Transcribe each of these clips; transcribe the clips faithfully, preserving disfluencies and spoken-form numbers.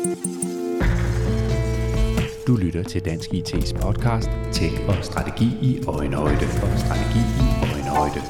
Du lytter til Dansk I T's podcast Tech og strategi i øjenhøjde og strategi i øjenhøjde.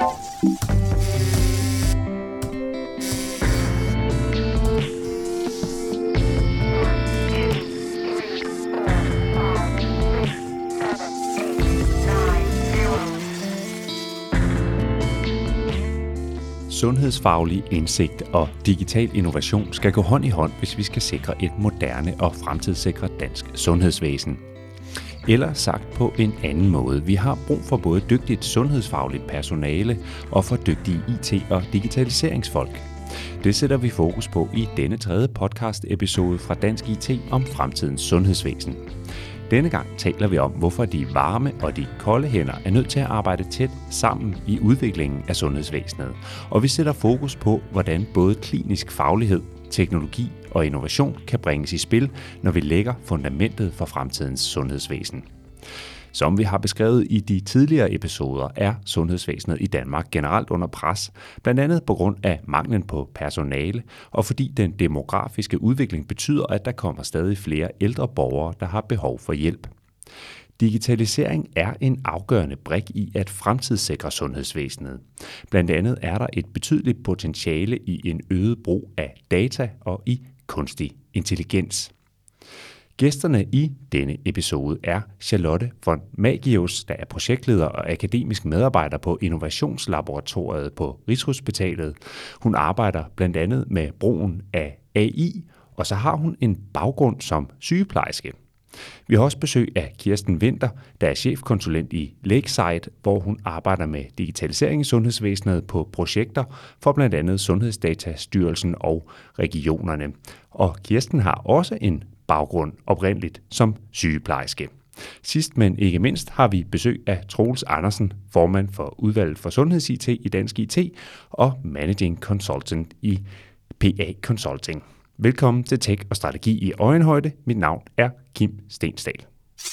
Sundhedsfaglig indsigt og digital innovation skal gå hånd i hånd, hvis vi skal sikre et moderne og fremtidssikret dansk sundhedsvæsen. Eller sagt på en anden måde, vi har brug for både dygtigt sundhedsfagligt personale og for dygtige I T- og digitaliseringsfolk. Det sætter vi fokus på i denne tredje podcast-episode fra Dansk I T om fremtidens sundhedsvæsen. Denne gang taler vi om, hvorfor de varme og de kolde hænder er nødt til at arbejde tæt sammen i udviklingen af sundhedsvæsenet. Og vi sætter fokus på, hvordan både klinisk faglighed, teknologi og innovation kan bringes i spil, når vi lægger fundamentet for fremtidens sundhedsvæsen. Som vi har beskrevet i de tidligere episoder, er sundhedsvæsenet i Danmark generelt under pres, blandt andet på grund af manglen på personale, og fordi den demografiske udvikling betyder, at der kommer stadig flere ældre borgere, der har behov for hjælp. Digitalisering er en afgørende brik i at fremtidssikre sundhedsvæsenet. Blandt andet er der et betydeligt potentiale i en øget brug af data og i kunstig intelligens. Gæsterne i denne episode er Charlotte von Magius, der er projektleder og akademisk medarbejder på Innovationslaboratoriet på Rigshospitalet. Hun arbejder blandt andet med brugen af A I, og så har hun en baggrund som sygeplejerske. Vi har også besøg af Kirsten Winther, der er chefkonsulent i Lakeside, hvor hun arbejder med digitalisering i sundhedsvæsenet på projekter for blandt andet Sundhedsdatastyrelsen og regionerne. Og Kirsten har også en baggrund oprindeligt som sygeplejerske. Sidst, men ikke mindst, har vi besøg af Troels Andersen, formand for udvalget for Sundheds-I T i Dansk I T og Managing Consultant i P A Consulting. Velkommen til Tech og Strategi i øjenhøjde. Mit navn er Kim Stensdal.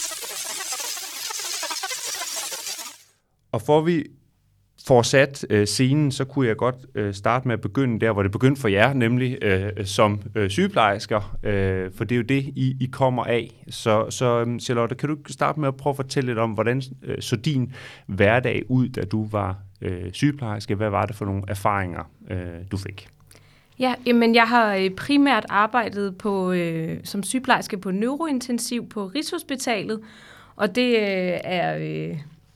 Og for vi får sat øh, scenen, så kunne jeg godt øh, starte med at begynde der, hvor det begyndte for jer, nemlig øh, som øh, sygeplejersker, øh, for det er jo det, I, I kommer af. Så, så Charlotte, kan du starte med at prøve at fortælle lidt om, hvordan øh, så din hverdag ud, da du var øh, sygeplejerske? Hvad var det for nogle erfaringer, øh, du fik? Ja, jamen jeg har primært arbejdet på, øh, som sygeplejerske på neurointensiv på Rigshospitalet, og det øh, er... Øh,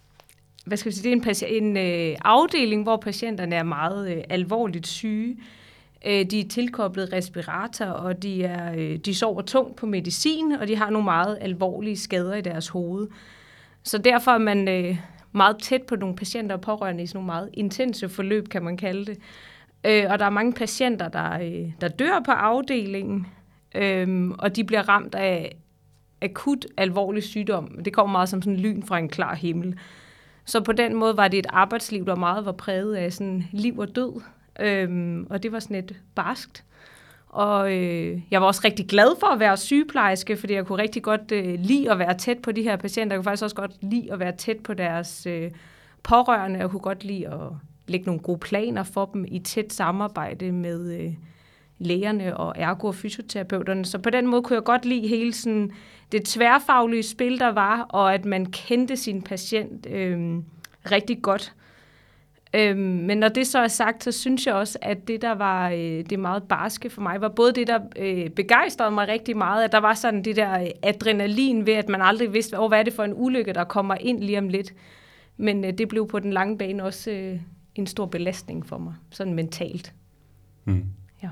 Hvad skal vi sige, det er en, patient, en øh, afdeling, hvor patienterne er meget øh, alvorligt syge. Øh, de er tilkoblet respirator, og de, er, øh, de sover tungt på medicin, og de har nogle meget alvorlige skader i deres hoved. Så derfor er man øh, meget tæt på nogle patienter og pårørende i sådan nogle meget intense forløb, kan man kalde det. Øh, og der er mange patienter, der, øh, der dør på afdelingen, øh, og de bliver ramt af akut alvorlig sygdom. Det kommer meget som sådan lyn fra en klar himmel. Så på den måde var det et arbejdsliv, der meget var præget af sådan liv og død, øhm, og det var sådan et barskt. Og øh, jeg var også rigtig glad for at være sygeplejerske, fordi jeg kunne rigtig godt øh, lide at være tæt på de her patienter. Jeg kunne faktisk også godt lide at være tæt på deres øh, pårørende, og jeg kunne godt lide at lægge nogle gode planer for dem i tæt samarbejde med øh, lægerne og ergo- og fysioterapeuterne. Så på den måde kunne jeg godt lide hele sådan det tværfaglige spil, der var, og at man kendte sin patient øh, rigtig godt. Øh, men når det så er sagt, så synes jeg også, at det, der var øh, det meget barske for mig, var både det, der øh, begejstrede mig rigtig meget, at der var sådan det der adrenalin ved, at man aldrig vidste, oh, hvad er det for en ulykke, der kommer ind lige om lidt. Men øh, det blev på den lange bane også øh, en stor belastning for mig, sådan mentalt. Mm. Ja.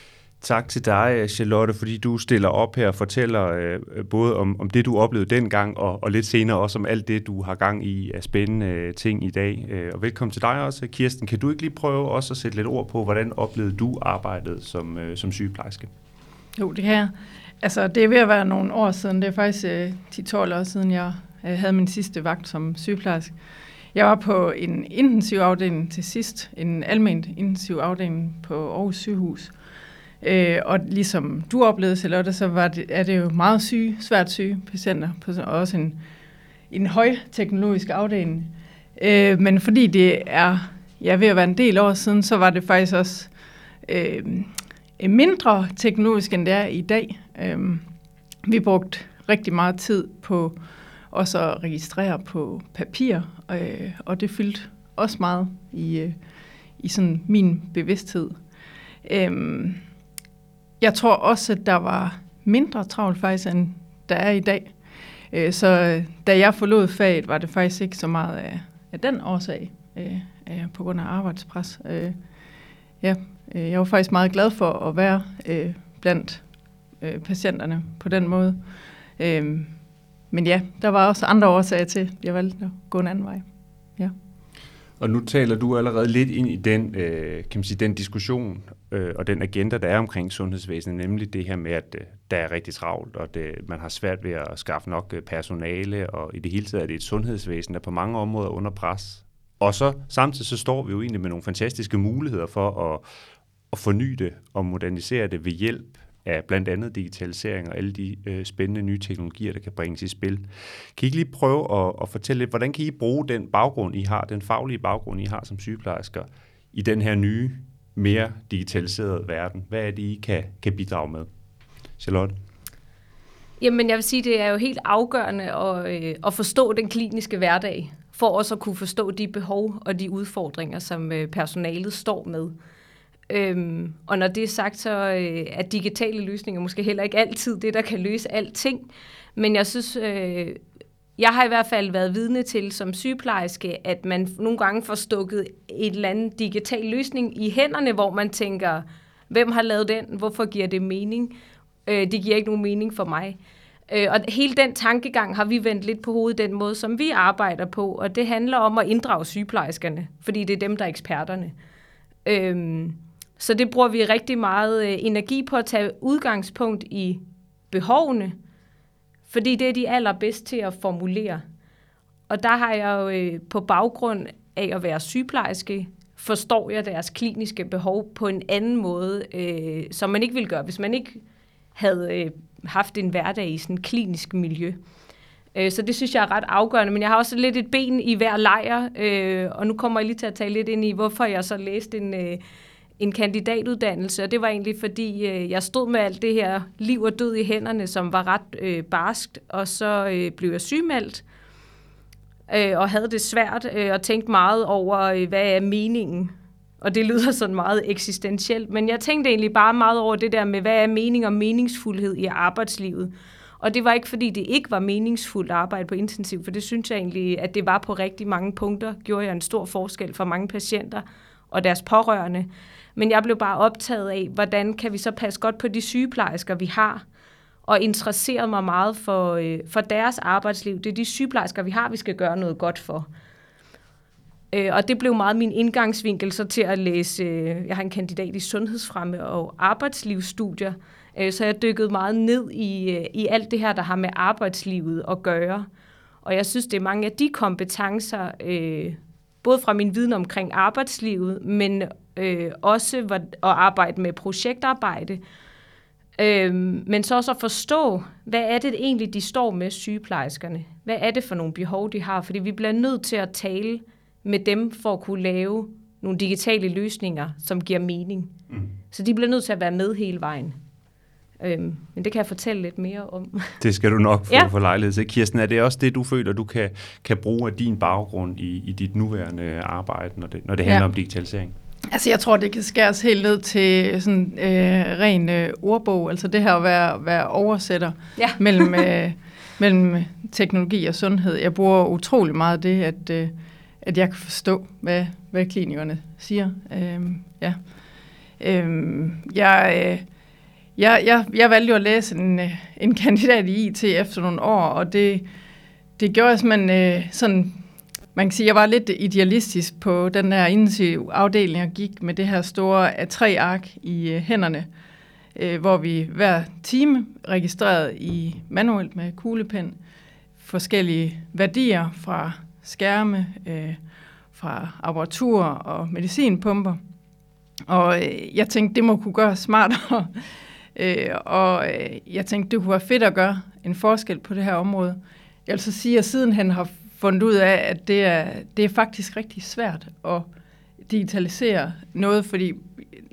Tak til dig, Charlotte, fordi du stiller op her og fortæller øh, både om, om det, du oplevede dengang, og, og lidt senere også om alt det, du har gang i af spændende øh, ting i dag. Øh, og velkommen til dig også, Kirsten. Kan du ikke lige prøve også at sætte lidt ord på, hvordan oplevede du arbejdet som, øh, som sygeplejerske? Jo, det kan jeg. Altså, det er ved at være nogle år siden. Det er faktisk øh, ti til tolv år siden, jeg øh, havde min sidste vagt som sygeplejerske. Jeg var på en intensiv afdeling til sidst, en alment intensiv afdeling på Aarhus Sygehus. Øh, og ligesom du oplevede, Charlotte, så var det, er det jo meget syge, svært syge patienter, på også en, en højteknologisk afdeling. Øh, men fordi det er ja, ved at være en del år siden, så var det faktisk også øh, mindre teknologisk, end det er i dag. Øhm, vi brugte rigtig meget tid på også at registrere på papir, øh, og det fyldte også meget i, øh, i sådan min bevidsthed. Øhm, jeg tror også, at der var mindre travlt faktisk, end der er i dag. Øh, så da jeg forlod faget, var det faktisk ikke så meget af, af den årsag, øh, øh, på grund af arbejdspres. Øh, ja, øh, jeg var faktisk meget glad for at være øh, blandt øh, patienterne på den måde. Øh, men ja, der var også andre årsager til, at jeg valgte at gå en anden vej. Ja. Og nu taler du allerede lidt ind i den, øh, kan man sige, den diskussion øh, og den agenda, der er omkring sundhedsvæsenet, nemlig det her med, at øh, der er rigtig travlt, og det, man har svært ved at skaffe nok personale, og i det hele taget er det et sundhedsvæsen, der på mange områder er under pres. Og så samtidig så står vi jo egentlig med nogle fantastiske muligheder for at, at forny det og modernisere det ved hjælp af blandt andet digitalisering og alle de øh, spændende nye teknologier, der kan bringes i spil. Kan I ikke lige prøve at, at fortælle lidt, hvordan kan I bruge den baggrund, I har, den faglige baggrund, I har som sygeplejersker, i den her nye, mere digitaliserede verden? Hvad er det, I kan, kan bidrage med? Charlotte? Jamen, jeg vil sige, det er jo helt afgørende at, øh, at forstå den kliniske hverdag, for også at kunne forstå de behov og de udfordringer, som øh, personalet står med. Øhm, og når det er sagt, så øh, er digitale løsninger måske heller ikke altid det, der kan løse alting. Men jeg synes, øh, jeg har i hvert fald været vidne til som sygeplejerske, at man nogle gange får stukket et eller andet digital løsning i hænderne, hvor man tænker, hvem har lavet den? Hvorfor giver det mening? Øh, det giver ikke nogen mening for mig. Øh, og hele den tankegang har vi vendt lidt på hovedet, den måde, som vi arbejder på. Og det handler om at inddrage sygeplejerskerne, fordi det er dem, der er eksperterne. Øh, Så det bruger vi rigtig meget øh, energi på at tage udgangspunkt i behovene, fordi det er de allerbedst til at formulere. Og der har jeg jo øh, på baggrund af at være sygeplejerske, forstår jeg deres kliniske behov på en anden måde, øh, som man ikke ville gøre, hvis man ikke havde øh, haft en hverdag i sådan et klinisk miljø. Øh, så det synes jeg er ret afgørende, men jeg har også lidt et ben i hver lejr, øh, og nu kommer jeg lige til at tale lidt ind i, hvorfor jeg så læste en... Øh, en kandidatuddannelse, og det var egentlig, fordi øh, jeg stod med alt det her liv og død i hænderne, som var ret øh, barskt, og så øh, blev jeg sygemeldt, øh, og havde det svært, øh, og tænkte meget over, øh, hvad er meningen? Og det lyder sådan meget eksistentielt, men jeg tænkte egentlig bare meget over det der med, hvad er mening og meningsfuldhed i arbejdslivet? Og det var ikke, fordi det ikke var meningsfuldt at arbejde på intensiv, for det synes jeg egentlig, at det var på rigtig mange punkter, gjorde jeg en stor forskel for mange patienter og deres pårørende. Men jeg blev bare optaget af, hvordan kan vi så passe godt på de sygeplejersker, vi har, og interesserede mig meget for, øh, for deres arbejdsliv. Det er de sygeplejersker, vi har, vi skal gøre noget godt for. Øh, og det blev meget min indgangsvinkel så til at læse, øh, jeg har en kandidat i sundhedsfremme og arbejdslivsstudier, øh, så jeg dykkede meget ned i, øh, i alt det her, der har med arbejdslivet at gøre. Og jeg synes, det er mange af de kompetencer, øh, både fra min viden omkring arbejdslivet, men øh, også at arbejde med projektarbejde, øh, men så også at forstå, hvad er det egentlig, de står med, sygeplejerskerne? Hvad er det for nogle behov, de har? Fordi vi bliver nødt til at tale med dem for at kunne lave nogle digitale løsninger, som giver mening. Mm. Så de bliver nødt til at være med hele vejen. Øhm, men det kan jeg fortælle lidt mere om. Det skal du nok få, ja. for lejlighed til. Kirsten, er det også det, du føler, du kan, kan bruge af din baggrund i, i dit nuværende arbejde, når det, når det handler ja. om digitalisering? Altså, jeg tror, det kan skæres helt ned til sådan øh, ren øh, ordbog. Altså det her at være, være oversætter ja. mellem, øh, mellem teknologi og sundhed. Jeg bruger utrolig meget det, at, øh, at jeg kan forstå, hvad, hvad klinikerne siger. Øhm, ja. øhm, jeg... Øh, Jeg, jeg, jeg valgte jo at læse en, en kandidat i I T efter nogle år, og det, det gjorde jeg simpelthen øh, sådan, man kan sige, jeg var lidt idealistisk på den der intensiv afdeling, jeg gik med det her store A tre ark i øh, hænderne, øh, hvor vi hver time registrerede i manuelt med kuglepen forskellige værdier fra skærme, øh, fra apparaturer og medicinpumper. Og øh, jeg tænkte, det må kunne gøre smartere. Øh, og øh, jeg tænkte, det kunne være fedt at gøre en forskel på det her område. Jeg vil så sige, at sidenhen har fundet ud af, at det er, det er faktisk rigtig svært at digitalisere noget, fordi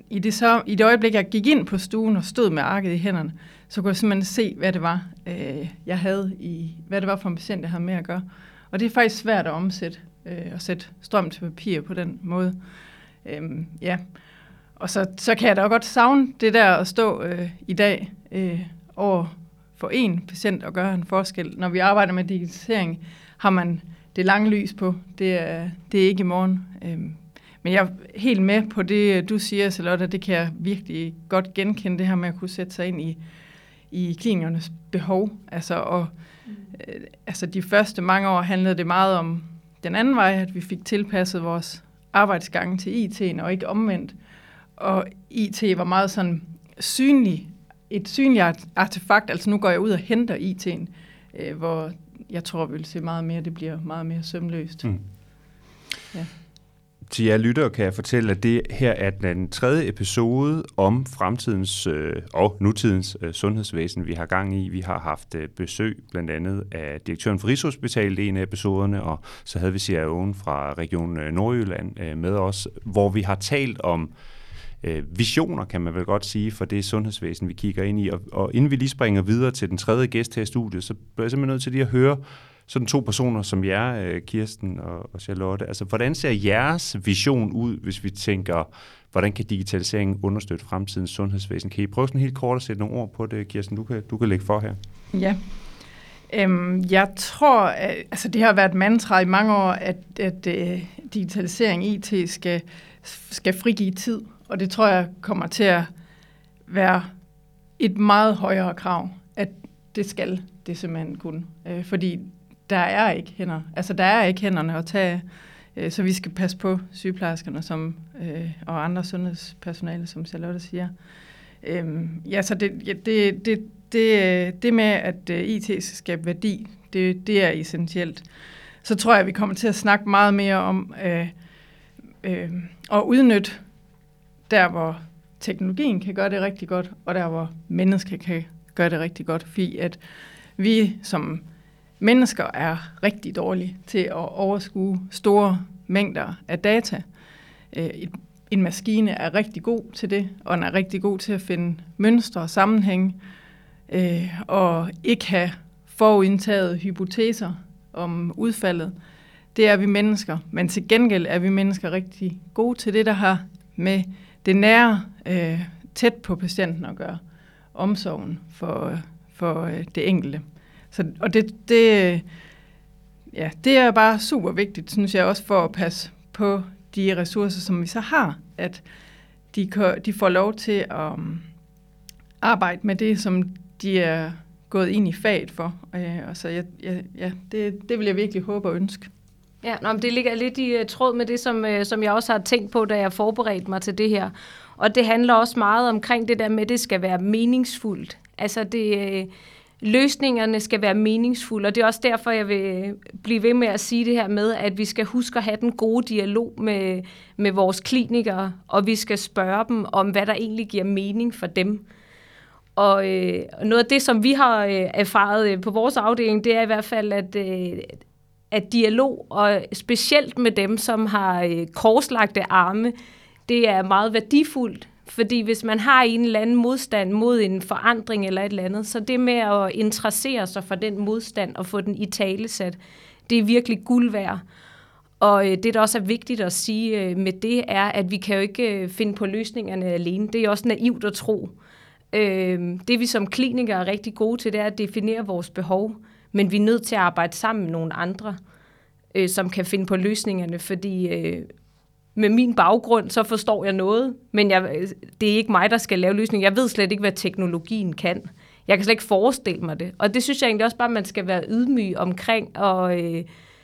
i det, så, i det øjeblik, jeg gik ind på stuen og stod med arket i hænderne, så kunne jeg simpelthen se, hvad det var, øh, jeg havde i, hvad det var for en patient, jeg havde med at gøre. Og det er faktisk svært at omsætte øh, og sætte strøm til papir på den måde. Øhm, ja. Og så, så kan jeg da godt savne det der at stå øh, i dag øh, over for en patient og gøre en forskel. Når vi arbejder med digitalisering, har man det lange lys på. Det er, det er ikke i morgen. Øhm, men jeg er helt med på det, du siger, Charlotte. Det kan jeg virkelig godt genkende, det her med at kunne sætte sig ind i, i klinikernes behov. Altså, og, øh, altså de første mange år handlede det meget om den anden vej, at vi fik tilpasset vores arbejdsgange til I T'en og ikke omvendt. Og I T var meget sådan synlig, et synligt artefakt, altså nu går jeg ud og henter I T'en, øh, hvor jeg tror, vi vil se meget mere, det bliver meget mere sømløst. Mm. Ja. Til jer lyttere kan jeg fortælle, at det her er den tredje episode om fremtidens øh, og nutidens øh, sundhedsvæsen, vi har gang i. Vi har haft øh, besøg blandt andet af direktøren for Rigshospitalet i en af episoderne, og så havde vi C E O'en fra Region Nordjylland øh, med os, hvor vi har talt om øh, visioner, kan man vel godt sige, for det sundhedsvæsen, vi kigger ind i. Og, og inden vi lige springer videre til den tredje gæst her i studiet, så bliver jeg simpelthen nødt til lige at høre sådan to personer som jer, Kirsten og Charlotte. Altså, hvordan ser jeres vision ud, hvis vi tænker, hvordan kan digitaliseringen understøtte fremtidens sundhedsvæsen? Kan I prøve sådan helt kort at sætte nogle ord på det, Kirsten? Du kan, du kan lægge for her. Ja. Øhm, jeg tror, at altså, det har været mantra i mange år, at, at uh, digitalisering, I T, skal, skal frigive tid. Og det tror jeg kommer til at være et meget højere krav, at det skal det simpelthen kun. Øh, fordi der er ikke hænder. Altså, der er ikke hænderne at tage, øh, så vi skal passe på sygeplejerskerne som, øh, og andre sundhedspersonale, som Charlotte siger. Øh, ja, så det, ja, det, det, det, det med, at øh, I T skal skabe værdi, det, det er essentielt. Så tror jeg, at vi kommer til at snakke meget mere om øh, øh, at udnytte der, hvor teknologien kan gøre det rigtig godt, og der, hvor mennesker kan gøre det rigtig godt, fordi at vi som mennesker er rigtig dårlige til at overskue store mængder af data. En maskine er rigtig god til det, og den er rigtig god til at finde mønstre og sammenhænge, og ikke have forudindtaget hypoteser om udfaldet. Det er vi mennesker, men til gengæld er vi mennesker rigtig gode til det, der har med det nære tæt på patienten at gøre. Omsorgen for, for det enkelte. Så, og det, det, ja, det er bare super vigtigt, synes jeg, også for at passe på de ressourcer, som vi så har, at de, de får lov til at um, arbejde med det, som de er gået ind i faget for. Øh, og så ja, ja, ja, det, det vil jeg virkelig håbe og ønske. Ja, nå, men det ligger lidt i uh, tråd med det, som, uh, som jeg også har tænkt på, da jeg forberedte mig til det her. Og det handler også meget omkring det der med, at det skal være meningsfuldt. Altså, det, uh, løsningerne skal være meningsfulde, og det er også derfor, jeg vil blive ved med at sige det her med, at vi skal huske at have den gode dialog med, med vores klinikere, og vi skal spørge dem om, hvad der egentlig giver mening for dem. Og øh, noget af det, som vi har øh, erfaret øh, på vores afdeling, det er i hvert fald, at øh, at dialog, og specielt med dem, som har øh, korslagte arme, det er meget værdifuldt, fordi hvis man har en eller anden modstand mod en forandring eller et eller andet, så det med at interessere sig for den modstand og få den i talesat, det er virkelig guld værd. Og øh, det, der også er vigtigt at sige øh, med det, er, at vi kan jo ikke øh, finde på løsningerne alene. Det er også naivt at tro. Øh, det vi som klinikere er rigtig gode til, det er at definere vores behov, men vi er nødt til at arbejde sammen med nogle andre, øh, som kan finde på løsningerne, fordi øh, med min baggrund, så forstår jeg noget, men jeg, det er ikke mig, der skal lave løsninger. Jeg ved slet ikke, hvad teknologien kan. Jeg kan slet ikke forestille mig det. Og det synes jeg egentlig også bare, man skal være ydmyg omkring, og, øh,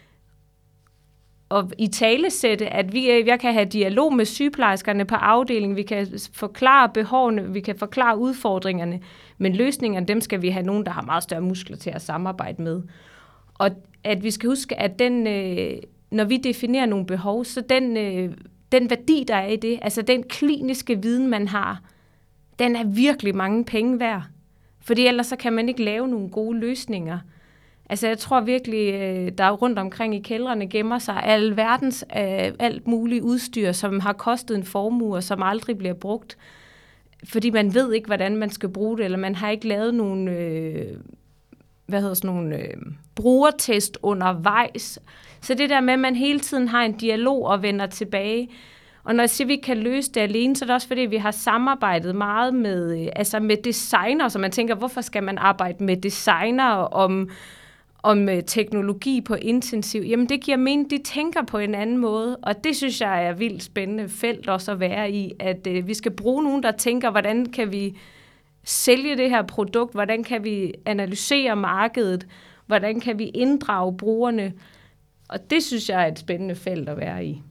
og i talesætte, at vi, jeg kan have dialog med sygeplejerskerne på afdelingen, vi kan forklare behovene, vi kan forklare udfordringerne, men løsningerne, dem skal vi have nogen, der har meget større muskler til at samarbejde med. Og at vi skal huske, at den, øh, når vi definerer nogle behov, så den, øh, den værdi, der er i det, altså den kliniske viden, man har, den er virkelig mange penge værd. Fordi ellers så kan man ikke lave nogle gode løsninger. Altså jeg tror virkelig, der rundt omkring i kældrene gemmer sig al verdens, alt muligt udstyr, som har kostet en formue, og som aldrig bliver brugt. Fordi man ved ikke, hvordan man skal bruge det, eller man har ikke lavet nogen, øh, hvad hedder sådan nogle, øh, brugertest undervejs. Så det der med, at man hele tiden har en dialog og vender tilbage. Og når jeg siger, at vi ikke kan løse det alene, så er det også fordi, vi har samarbejdet meget med, altså med designer, så man tænker, hvorfor skal man arbejde med designer om, om teknologi på intensiv? Jamen det giver mening, de tænker på en anden måde, og det synes jeg er vildt spændende felt også at være i, at øh, vi skal bruge nogen, der tænker, hvordan kan vi sælge det her produkt, hvordan kan vi analysere markedet, hvordan kan vi inddrage brugerne, og det synes jeg er et spændende felt at være i.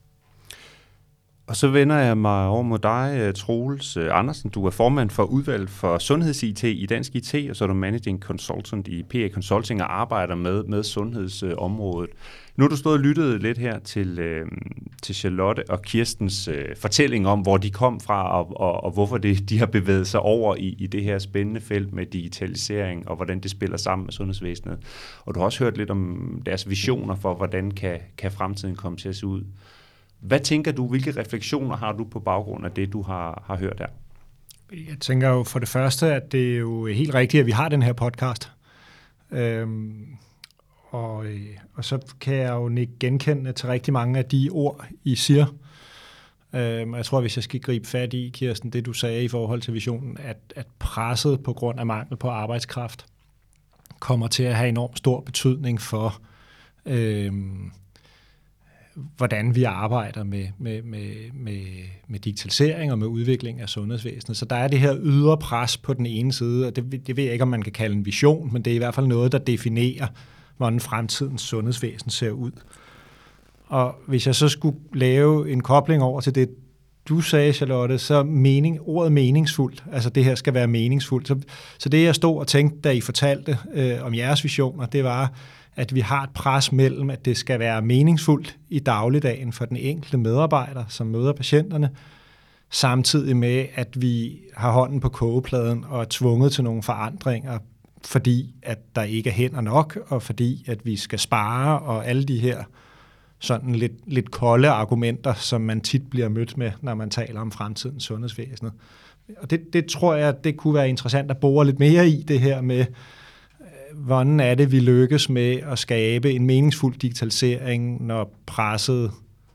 Og så vender jeg mig over mod dig, Troels Andersen. Du er formand for udvalg for sundheds-I T i Dansk I T, og så er du managing consultant i P A Consulting og arbejder med, med sundhedsområdet. Nu har du stået og lyttet lidt her til, øh, til Charlotte og Kirstens øh, fortælling om, hvor de kom fra, og, og, og hvorfor det, de har bevæget sig over i, i det her spændende felt med digitalisering, og hvordan det spiller sammen med sundhedsvæsenet. Og du har også hørt lidt om deres visioner for, hvordan kan, kan fremtiden komme til at se ud. Hvad tænker du, hvilke refleksioner har du på baggrund af det, du har, har hørt her? Jeg tænker jo for det første, at det er jo helt rigtigt, at vi har den her podcast. Øhm, og, og så kan jeg jo ikke genkende til rigtig mange af de ord, I siger. Øhm, jeg tror, hvis jeg skal gribe fat i, Kirsten, det du sagde i forhold til visionen, at, at presset på grund af mangel på arbejdskraft kommer til at have enormt stor betydning for øhm, hvordan vi arbejder med, med, med, med, med digitalisering og med udvikling af sundhedsvæsenet. Så der er det her ydre pres på den ene side, og det, det ved jeg ikke, om man kan kalde en vision, men det er i hvert fald noget, der definerer, hvordan fremtidens sundhedsvæsen ser ud. Og hvis jeg så skulle lave en kobling over til det, du sagde, Charlotte, så mening, ordet meningsfuldt, altså det her skal være meningsfuldt. Så, så det, jeg stod og tænkte, da I fortalte øh, om jeres visioner, det var, at vi har et pres mellem, at det skal være meningsfuldt i dagligdagen for den enkelte medarbejder, som møder patienterne, samtidig med, at vi har hånden på kogepladen og er tvunget til nogle forandringer, fordi at der ikke er hænder nok, og fordi at vi skal spare, og alle de her sådan lidt, lidt kolde argumenter, som man tit bliver mødt med, når man taler om fremtidens sundhedsvæsenet. Og det, det tror jeg, det kunne være interessant at bore lidt mere i, det her med, hvordan er det, vi lykkes med at skabe en meningsfuld digitalisering, når presset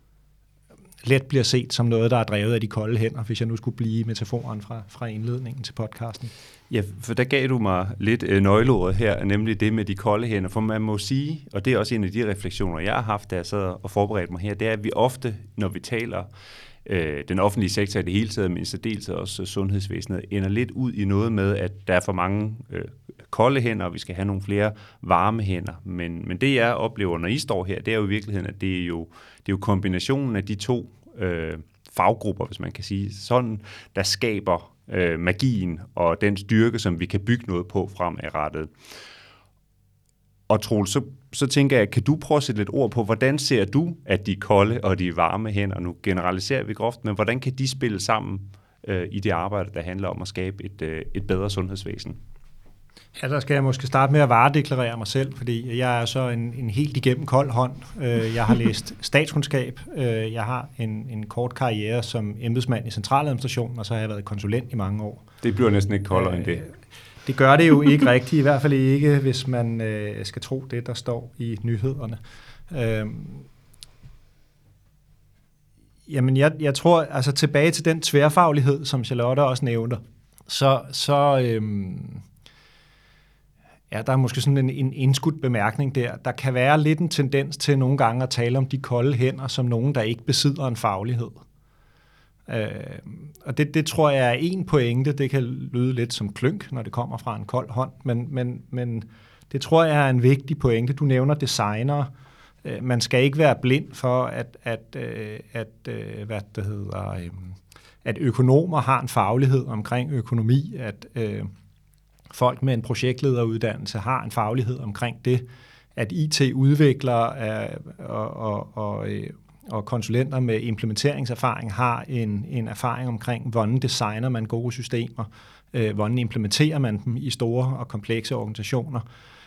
let bliver set som noget, der er drevet af de kolde hænder, hvis jeg nu skulle blive metaforen fra, fra indledningen til podcasten. Ja, for der gav du mig lidt øh, nøgleordet her, nemlig det med de kolde hænder, for man må sige, og det er også en af de refleksioner, jeg har haft, da jeg sad og forberedte mig her, det er, at vi ofte, når vi taler øh, den offentlige sektor i det hele taget, men i særdeleshed også sundhedsvæsenet, ender lidt ud i noget med, at der er for mange øh, kolde hænder, og vi skal have nogle flere varme hænder. Men, men det, jeg oplever, når I står her, det er jo i virkeligheden, at det er jo, det er jo kombinationen af de to øh, faggrupper, hvis man kan sige sådan, der skaber øh, magien og den styrke, som vi kan bygge noget på fremadrettet. Og Troels, så, så tænker jeg, kan du prøve at sætte lidt ord på, hvordan ser du, at de kolde og de varme hænder, nu generaliserer vi groft, men hvordan kan de spille sammen øh, i det arbejde, der handler om at skabe et, øh, et bedre sundhedsvæsen? Ja, der skal jeg måske starte med at varedeklarere mig selv, fordi jeg er så en, en helt igennem kold hånd. Jeg har læst statskundskab, jeg har en, en kort karriere som embedsmand i centraladministrationen, og så har jeg været konsulent i mange år. Det bliver næsten ikke koldere end det. Det gør det jo ikke rigtigt, i hvert fald ikke, hvis man øh, skal tro det, der står i nyhederne. Øhm, jamen, jeg, jeg tror, altså tilbage til den tværfaglighed, som Charlotte også nævnte, så... så øhm, ja, der er måske sådan en, en indskudt bemærkning der. Der kan være lidt en tendens til nogle gange at tale om de kolde hænder som nogen, der ikke besidder en faglighed. Øh, og det, det tror jeg er en pointe. Det kan lyde lidt som klynk, når det kommer fra en kold hånd, men, men, men det tror jeg er en vigtig pointe. Du nævner designere. Øh, man skal ikke være blind for, at, at, øh, at, øh, hvad det hedder, øh, at økonomer har en faglighed omkring økonomi, at øh, folk med en projektlederuddannelse har en faglighed omkring det, at I T-udviklere og, og, og, og konsulenter med implementeringserfaring har en, en erfaring omkring, hvordan designer man gode systemer, øh, hvordan implementerer man dem i store og komplekse organisationer.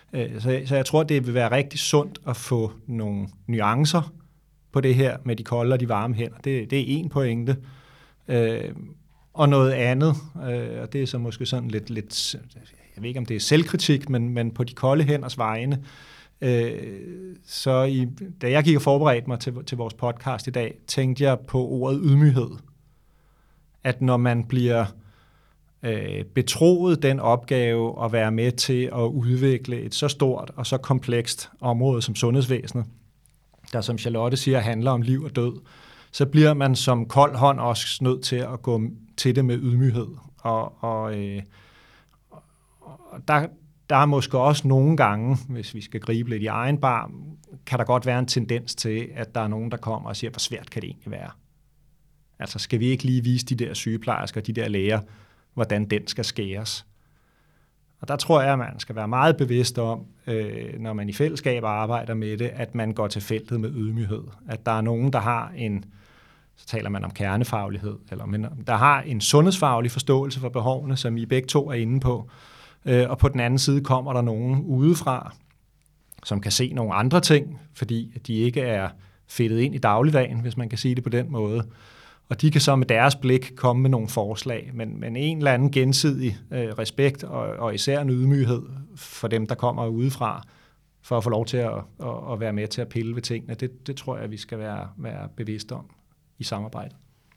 Så, så jeg tror, det vil være rigtig sundt at få nogle nuancer på det her med de kolde og de varme hænder. Det, det er en pointe. Øh, og noget andet, øh, og det er så måske sådan lidt, lidt, jeg ved ikke om det er selvkritik, men, men på de kolde hænders vegne. Øh, så i, da jeg gik og forberedte mig til, til vores podcast i dag, tænkte jeg på ordet ydmyghed. At når man bliver øh, betroet den opgave at være med til at udvikle et så stort og så komplekst område som sundhedsvæsenet, der som Charlotte siger handler om liv og død, så bliver man som kold hånd også nødt til at gå til det med ydmyghed. Og, og, øh, og der, der er måske også nogle gange, hvis vi skal gribe lidt i egen barm, kan der godt være en tendens til, at der er nogen, der kommer og siger, hvor svært kan det egentlig være? Altså skal vi ikke lige vise de der sygeplejersker, de der læger, hvordan den skal skæres? Og der tror jeg, at man skal være meget bevidst om, øh, når man i fællesskab arbejder med det, at man går til feltet med ydmyghed. At der er nogen, der har en, så taler man om kernefaglighed, eller men, der har en sundhedsfaglig forståelse for behovene, som I begge to er inde på. Øh, og på den anden side kommer der nogen udefra, som kan se nogle andre ting, fordi de ikke er fedtet ind i dagligdagen, hvis man kan sige det på den måde. Og de kan så med deres blik komme med nogle forslag, men, men en eller anden gensidig øh, respekt og, og især en ydmyghed for dem, der kommer udefra, for at få lov til at, at, at være med til at pille ved tingene. Det, det tror jeg, vi skal være, være bevidste om i samarbejdet.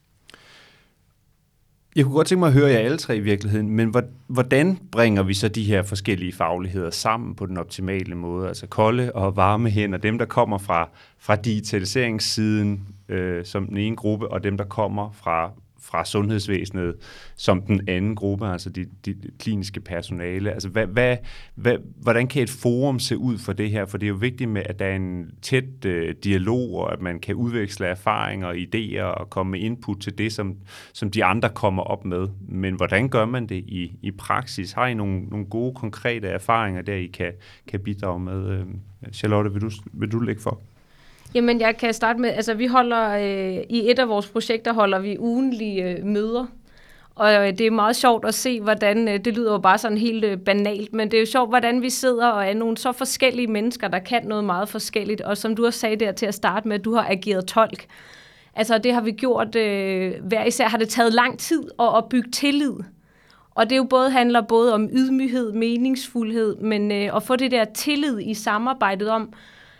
Jeg kunne godt tænke mig at høre jer alle tre i virkeligheden, men hvordan bringer vi så de her forskellige fagligheder sammen på den optimale måde? Altså kolde og varme hænder, dem der kommer fra, fra digitaliseringssiden øh, som den ene gruppe, og dem der kommer fra, fra sundhedsvæsenet som den anden gruppe, altså de, de kliniske personale. Altså hvad, hvad, hvad, hvordan kan et forum se ud for det her? For det er jo vigtigt med, at der er en tæt øh, dialog, og at man kan udveksle erfaringer og idéer og komme med input til det, som, som de andre kommer op med. Men hvordan gør man det i, i praksis? Har I nogle, nogle gode, konkrete erfaringer, der I kan, kan bidrage med? Charlotte, vil du, vil du lægge for? Jamen, jeg kan starte med, altså vi holder, øh, i et af vores projekter holder vi ugenlige øh, møder, og øh, det er meget sjovt at se, hvordan, øh, det lyder jo bare sådan helt øh, banalt, men det er jo sjovt, hvordan vi sidder og er nogle så forskellige mennesker, der kan noget meget forskelligt, og som du har sagt der til at starte med, at du har ageret tolk. Altså det har vi gjort, øh, hver især har det taget lang tid at opbygge tillid, og det jo både handler både om ydmyghed, meningsfuldhed, men øh, at få det der tillid i samarbejdet om,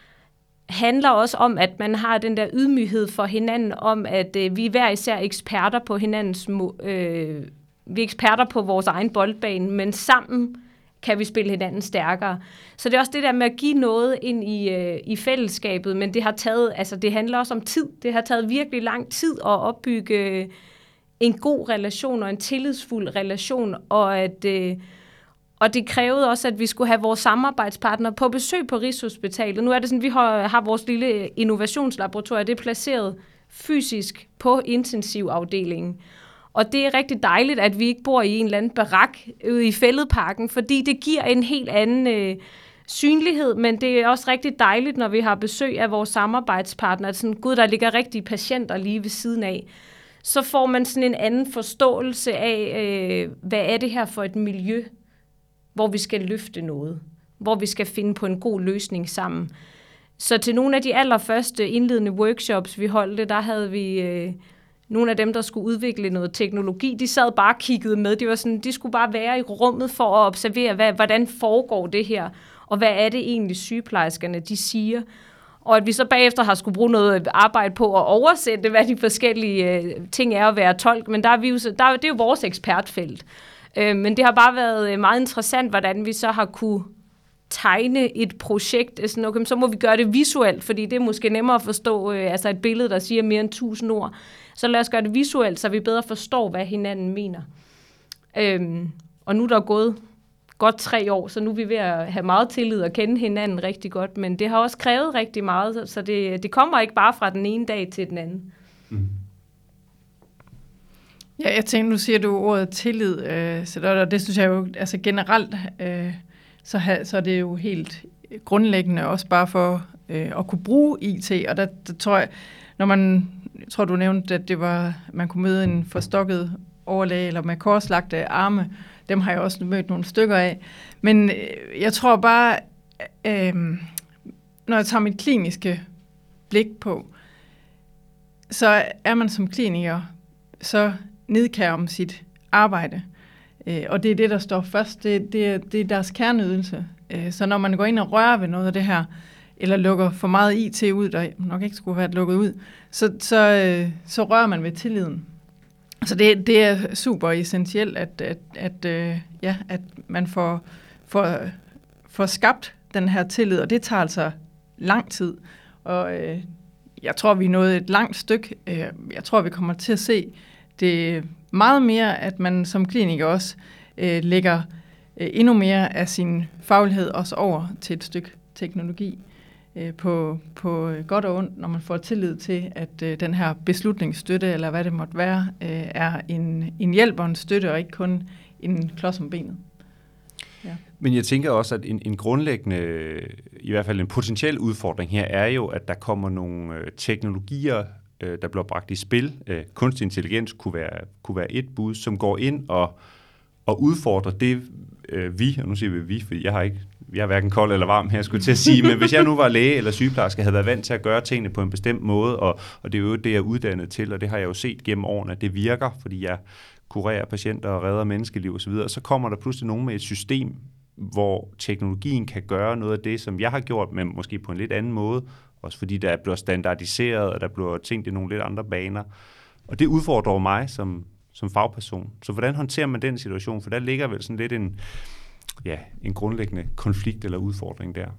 handler også om, at man har den der ydmyghed for hinanden, om at øh, vi er hver især eksperter på hinandens, øh, vi er eksperter på vores egen boldbane, men sammen kan vi spille hinanden stærkere. Så det er også det der med at give noget ind i, øh, i fællesskabet, men det har taget, altså det handler også om tid. Det har taget virkelig lang tid at opbygge øh, en god relation og en tillidsfuld relation, og at øh, Og det krævede også, at vi skulle have vores samarbejdspartnere på besøg på Rigshospitalet. Nu er det sådan, at vi har, har vores lille innovationslaboratorium, det er placeret fysisk på intensivafdelingen. Og det er rigtig dejligt, at vi ikke bor i en eller anden barak ude i Fælledparken, fordi det giver en helt anden øh, synlighed, men det er også rigtig dejligt, når vi har besøg af vores samarbejdspartnere. Sådan, gud, der ligger rigtige patienter lige ved siden af. Så får man sådan en anden forståelse af, øh, hvad er det her for et miljø, hvor vi skal løfte noget, hvor vi skal finde på en god løsning sammen. Så til nogle af de allerførste indledende workshops, vi holdte, der havde vi øh, nogle af dem, der skulle udvikle noget teknologi, de sad bare og kiggede med. De var sådan, de skulle bare være i rummet for at observere, hvad, hvordan foregår det her, og hvad er det egentlig sygeplejerskerne, de siger. Og at vi så bagefter har skulle bruge noget arbejde på at oversætte, hvad de forskellige øh, ting er at være tolk, men der er vi jo, der, det er jo vores ekspertfelt. Men det har bare været meget interessant, hvordan vi så har kunne tegne et projekt. Sådan, okay, så må vi gøre det visuelt, fordi det er måske nemmere at forstå, altså et billede, der siger mere end tusind ord. Så lad os gøre det visuelt, så vi bedre forstår, hvad hinanden mener. Øhm, og nu er der gået godt tre år, så nu er vi ved at have meget tillid og kende hinanden rigtig godt. Men det har også krævet rigtig meget, så det, det kommer ikke bare fra den ene dag til den anden. Mm. Ja, jeg tænker, nu siger du ordet tillid, øh, så der, det synes jeg jo, altså generelt, øh, så, ha, så er det jo helt grundlæggende også bare for øh, at kunne bruge I T, og der, der tror jeg, når man, jeg tror du nævnte, at det var, man kunne møde en forstokket overlæge, eller med korslagte arme, dem har jeg også mødt nogle stykker af, men øh, jeg tror bare, øh, når jeg tager mit kliniske blik på, så er man som kliniker så nedkær om sit arbejde. Øh, og det er det, der står først. Det, det, det er deres kerneydelse. Øh, så når man går ind og rører ved noget af det her, eller lukker for meget I T ud, der nok ikke skulle have lukket ud, så, så, øh, så rører man ved tilliden. Så det, det er super essentielt, at, at, at, øh, ja, at man får, får, får skabt den her tillid, og det tager altså lang tid. Og øh, jeg tror, vi er nået et langt stykke. Øh, jeg tror, vi kommer til at se det meget mere, at man som kliniker også øh, lægger øh, endnu mere af sin faglighed også over til et stykke teknologi. På, på godt og ondt, når man får tillid til, at øh, den her beslutningsstøtte, eller hvad det måtte være, øh, er en, en hjælp og en støtte, og ikke kun en klods om benet. Ja. Men jeg tænker også, at en, en grundlæggende, i hvert fald en potentiel udfordring her, er jo, at der kommer nogle øh, teknologier, øh, der bliver bragt i spil. Øh, kunstig intelligens kunne være, kunne være et bud, som går ind og, og udfordrer det, øh, vi, og nu siger vi vi, fordi jeg har ikke jeg er hverken kold eller varm her, skulle jeg til at sige, men hvis jeg nu var læge eller sygeplejerske, havde været vant til at gøre tingene på en bestemt måde, og, og det er jo det, jeg er uddannet til, og det har jeg jo set gennem årene, at det virker, fordi jeg kurerer patienter og redder menneskeliv osv., og så kommer der pludselig nogen med et system, hvor teknologien kan gøre noget af det, som jeg har gjort, men måske på en lidt anden måde, også fordi der bliver standardiseret, og der bliver tænkt i nogle lidt andre baner. Og det udfordrer mig som, som fagperson. Så hvordan håndterer man den situation? For der ligger vel sådan lidt en... ja, en grundlæggende konflikt eller udfordring der.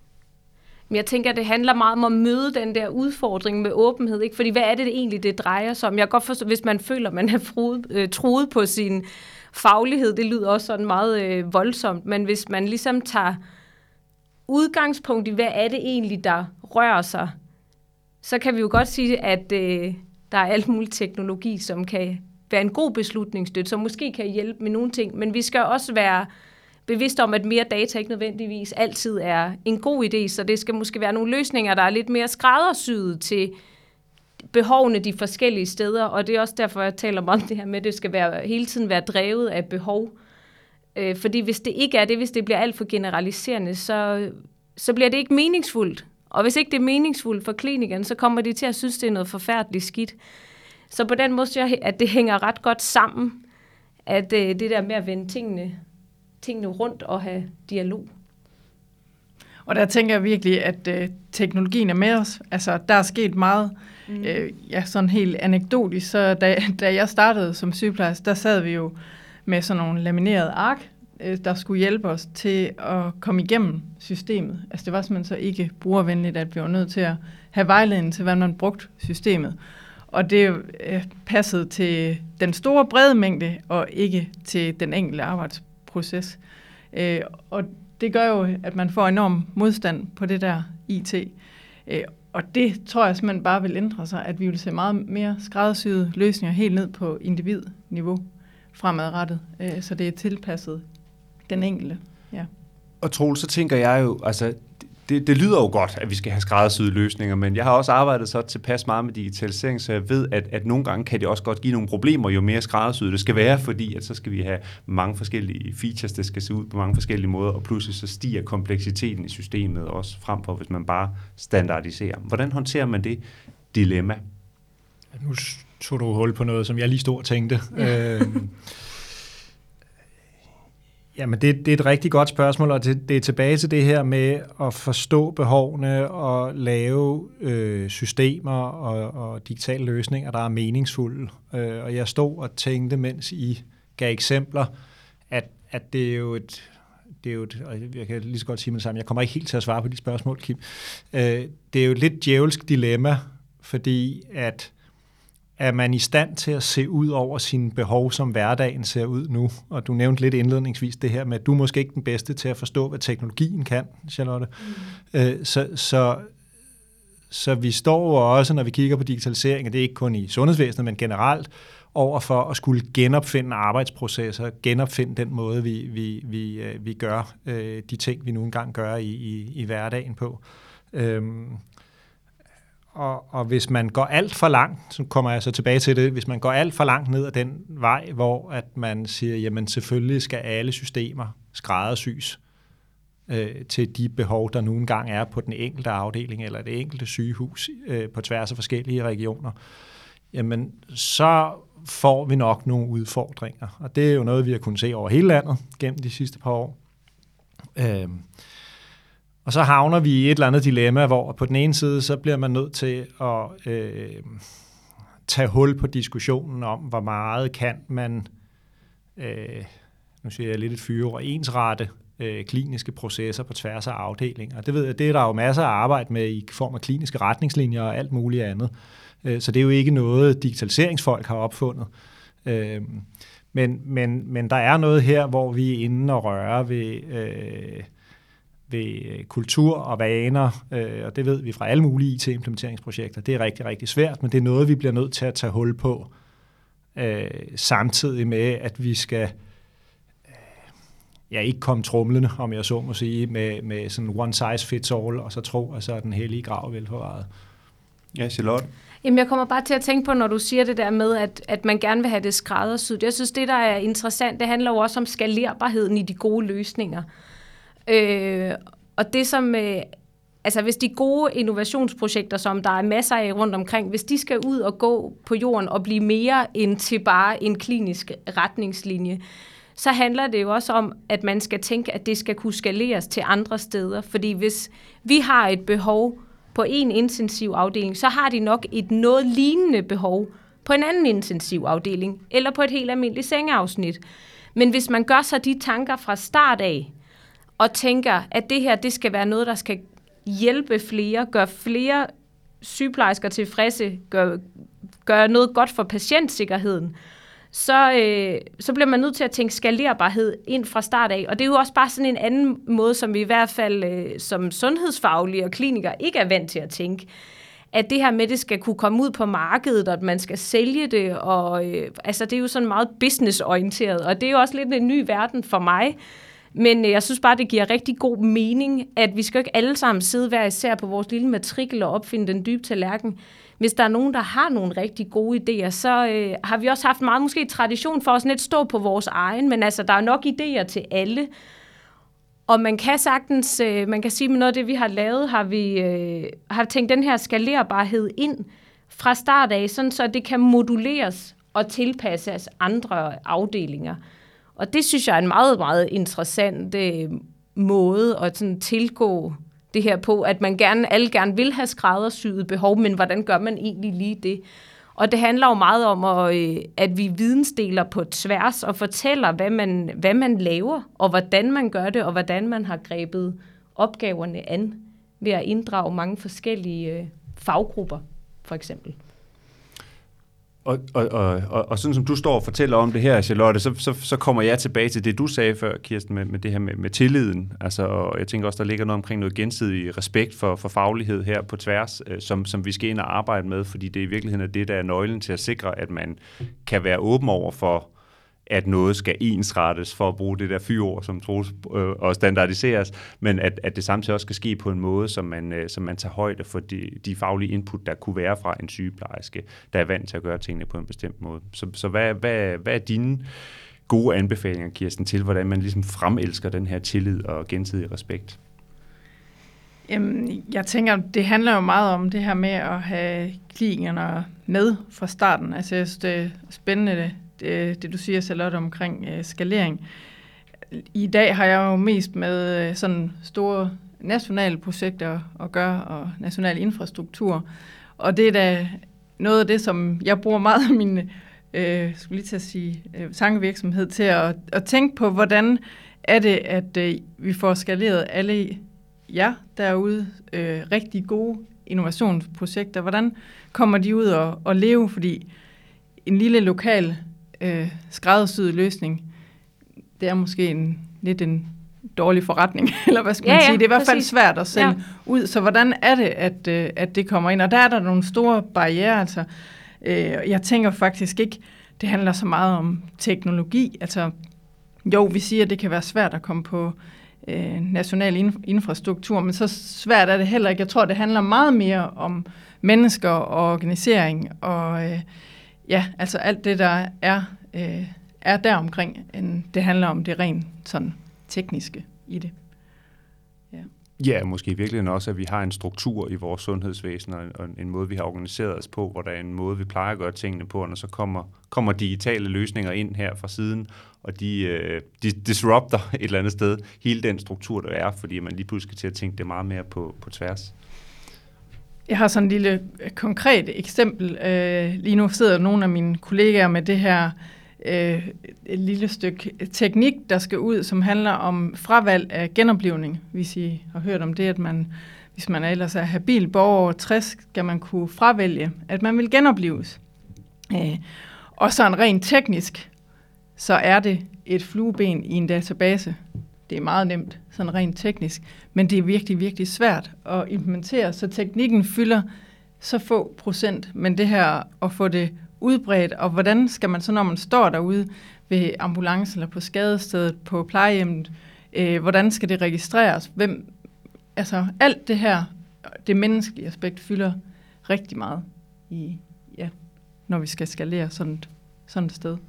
Men jeg tænker, at det handler meget om at møde den der udfordring med åbenhed, ikke? Fordi hvad er det egentlig, det drejer sig om? Jeg kan godt forstå, hvis man føler, at man er fruet, øh, truet på sin faglighed, det lyder også sådan meget øh, voldsomt, men hvis man ligesom tager udgangspunkt i, hvad er det egentlig, der rører sig, så kan vi jo godt sige, at øh, der er alt mulig teknologi, som kan være en god beslutningsstøtte, som måske kan hjælpe med nogle ting, men vi skal også være bevidst om, at mere data ikke nødvendigvis altid er en god idé, så det skal måske være nogle løsninger, der er lidt mere skræddersyet til behovene de forskellige steder, og det er også derfor, jeg taler om det her med, at det skal være, hele tiden være drevet af behov. Øh, fordi hvis det ikke er det, hvis det bliver alt for generaliserende, så, så bliver det ikke meningsfuldt. Og hvis ikke det er meningsfuldt for klinikeren, så kommer de til at synes, det er noget forfærdeligt skidt. Så på den måde synes jeg, at det hænger ret godt sammen, at øh, det der med at vende tingene tingene rundt og have dialog. Og der tænker jeg virkelig, at øh, teknologien er med os. Altså, der er sket meget, mm. øh, ja, sådan helt anekdotisk. Så da, da jeg startede som sygeplejerske, der sad vi jo med sådan nogle laminerede ark, øh, der skulle hjælpe os til at komme igennem systemet. Altså, det var simpelthen så ikke brugervenligt, at vi var nødt til at have vejledning til, hvordan man brugte systemet. Og det øh, passede til den store brede mængde, og ikke til den enkelte arbejdsplads. Proces. Øh, og det gør jo, at man får enorm modstand på det der I T. Øh, og det tror jeg simpelthen bare vil ændre sig, at vi vil se meget mere skræddersyede løsninger helt ned på individniveau fremadrettet, øh, så det er tilpasset den enkelte. Ja. Og Troels, så tænker jeg jo, altså det, det lyder jo godt, at vi skal have skræddersyede løsninger, men jeg har også arbejdet så tilpas meget med digitalisering, så jeg ved, at, at nogle gange kan det også godt give nogle problemer, jo mere skræddersyet det skal være, fordi at så skal vi have mange forskellige features, der skal se ud på mange forskellige måder, og pludselig så stiger kompleksiteten i systemet også frem for, hvis man bare standardiserer. Hvordan håndterer man det dilemma? Nu tog du hul på noget, som jeg lige stod og tænkte. Ja. øhm, Jamen, det, det er et rigtig godt spørgsmål, og det, det er tilbage til det her med at forstå behovene og lave øh, systemer og, og digitale løsninger, der er meningsfulde. Øh, og jeg stod og tænkte, mens I gav eksempler, at, at det er jo et... Det er jo et, og jeg kan lige så godt sige med det samme, jeg kommer ikke helt til at svare på de spørgsmål, Kim. Øh, det er jo et lidt djævelsk dilemma, fordi at er man i stand til at se ud over sine behov, som hverdagen ser ud nu? Og du nævnte lidt indledningsvis det her med, at du er måske ikke den bedste til at forstå, hvad teknologien kan, Charlotte. Mm. Øh, så, så, så vi står jo også, når vi kigger på digitalisering, og det er ikke kun i sundhedsvæsenet, men generelt, over for at skulle genopfinde arbejdsprocesser, genopfinde den måde, vi, vi, vi, vi gør øh, de ting, vi nu engang gør i, i, i hverdagen på. Øhm, Og, og hvis man går alt for langt, så kommer jeg så tilbage til det, hvis man går alt for langt ned ad den vej, hvor at man siger, jamen selvfølgelig skal alle systemer skræddersys, øh, til de behov, der nu engang er på den enkelte afdeling eller det enkelte sygehus øh, på tværs af forskellige regioner, jamen så får vi nok nogle udfordringer. Og det er jo noget, vi har kunnet se over hele landet gennem de sidste par år. Øh, og så havner vi i et eller andet dilemma, hvor på den ene side, så bliver man nødt til at øh, tage hul på diskussionen om, hvor meget kan man, øh, nu siger jeg lidt et fyreord, ensrette øh, kliniske processer på tværs af afdelinger. Det ved jeg, det er der jo masser af arbejde med i form af kliniske retningslinjer og alt muligt andet. Øh, så det er jo ikke noget, digitaliseringsfolk har opfundet. Øh, men, men, men der er noget her, hvor vi er inde og røre ved... Øh, ved kultur og vaner, øh, og det ved vi fra alle mulige I T-implementeringsprojekter. Det er rigtig, rigtig svært, men det er noget, vi bliver nødt til at tage hul på, øh, samtidig med, at vi skal øh, ja, ikke komme tromlende, om jeg så må sige, med, med sådan one size fits all, og så tro, at så er den hellige grav velforvaret. Ja, Charlotte? Jamen, jeg kommer bare til at tænke på, når du siger det der med, at, at man gerne vil have det skræddersyet. Jeg synes, det, der er interessant, det handler jo også om skalerbarheden i de gode løsninger. Øh, og det som, øh, altså hvis de gode innovationsprojekter, som der er masser af rundt omkring, hvis de skal ud og gå på jorden og blive mere end til bare en klinisk retningslinje, så handler det jo også om, at man skal tænke, at det skal kunne skaleres til andre steder. Fordi hvis vi har et behov på en intensiv afdeling, så har de nok et noget lignende behov på en anden intensiv afdeling, eller på et helt almindeligt sengeafsnit. Men hvis man gør sig de tanker fra start af, og tænker, at det her, det skal være noget, der skal hjælpe flere, gøre flere sygeplejersker tilfredse, gøre, gøre noget godt for patientsikkerheden, så, øh, så bliver man nødt til at tænke skalerbarhed ind fra start af. Og det er jo også bare sådan en anden måde, som vi i hvert fald øh, som sundhedsfaglige og klinikere ikke er vant til at tænke. At det her med, det skal kunne komme ud på markedet, og at man skal sælge det, og øh, altså det er jo sådan meget businessorienteret, og det er jo også lidt en ny verden for mig. Men jeg synes bare, det giver rigtig god mening, at vi skal ikke alle sammen sidde hver især på vores lille matrikel og opfinde den dybe tallerken. Hvis der er nogen, der har nogle rigtig gode idéer, så øh, har vi også haft meget måske tradition for os net stå på vores egen, men altså, der er nok idéer til alle. Og man kan sagtens, øh, man kan sige med noget af det, vi har lavet, har vi øh, har tænkt den her skalerbarhed ind fra start af, sådan så det kan moduleres og tilpasses andre afdelinger. Og det synes jeg er en meget, meget interessant øh, måde at sådan tilgå det her på, at man gerne, alle gerne vil have skræddersyet behov, men hvordan gør man egentlig lige det? Og det handler jo meget om, at, øh, at vi vidensdeler på tværs og fortæller, hvad man, hvad man laver, og hvordan man gør det, og hvordan man har grebet opgaverne an ved at inddrage mange forskellige øh, faggrupper, for eksempel. Og, og, og, og, og sådan som du står og fortæller om det her, Charlotte, så, så, så kommer jeg tilbage til det, du sagde før, Kirsten, med, med det her med, med tilliden. Altså, og jeg tænker også, der ligger noget omkring noget gensidig respekt for, for faglighed her på tværs, øh, som, som vi skal ind og arbejde med, fordi det i virkeligheden er det, der er nøglen til at sikre, at man kan være åben over for, at noget skal ensrettes, for at bruge det der fyrord, som Troels, øh, og standardiseres, men at, at det samtidig også skal ske på en måde, som man, øh, som man tager højde for de, de faglige input, der kunne være fra en sygeplejerske, der er vant til at gøre tingene på en bestemt måde. Så, så hvad, hvad, hvad er dine gode anbefalinger, Kirsten, til, hvordan man ligesom fremelsker den her tillid og gensidig respekt? Jamen, jeg tænker, det handler jo meget om det her med at have klinikerne med fra starten. Altså, jeg synes, det er spændende, det, det, det du siger, Charlotte, omkring øh, skalering. I dag har jeg jo mest med øh, sådan store nationale projekter at gøre, og national infrastruktur. Og det er da noget af det, som jeg bruger meget af min øh, skulle lige til at sige, øh, tankevirksomhed til at, at tænke på, hvordan er det, at øh, vi får skaleret alle jer derude øh, rigtig gode innovationsprojekter. Hvordan kommer de ud og, og leve? Fordi en lille lokal øh, skræddersyet løsning, det er måske en, lidt en dårlig forretning, eller hvad skal man ja, sige? Det er i hvert fald svært at sælge ja. ud. Så hvordan er det, at, øh, at det kommer ind? Og der er der nogle store barrierer. Altså, øh, jeg tænker faktisk ikke, det handler så meget om teknologi. Altså, jo, vi siger, at det kan være svært at komme på øh, national inf- infrastruktur, men så svært er det heller ikke. Jeg tror, det handler meget mere om mennesker og organisering, og øh, ja, altså alt det, der er, øh, er der omkring, end det handler om det rent sådan tekniske i det. ja. Ja, måske virkelig også, at vi har en struktur i vores sundhedsvæsen, og en, og en måde, vi har organiseret os på, hvor der er en måde, vi plejer at gøre tingene på, og når så kommer, kommer digitale løsninger ind her fra siden, og de, øh, de disrupter et eller andet sted hele den struktur, der er, fordi man lige pludselig skal til at tænke det meget mere på, på tværs. Jeg har sådan en lille konkret eksempel. Øh, lige nu sidder nogle af mine kollegaer med det her øh, et lille stykke teknik, der skal ud, som handler om fravalg af genoplivning. Hvis I har hørt om det, at man, hvis man ellers er habil borger over tres, skal man kunne fravælge, at man vil genoplives. Øh, og sådan rent teknisk, så er det et flueben i en database. Det er meget nemt, sådan rent teknisk, men det er virkelig, virkelig svært at implementere, så teknikken fylder så få procent, men det her at få det udbredt, og hvordan skal man så, når man står derude ved ambulancen eller på skadestedet, på plejehjemmet, øh, hvordan skal det registreres? Hvem, altså alt det her, det menneskelige aspekt fylder rigtig meget, i, ja, når vi skal skalere sådan, sådan et sted.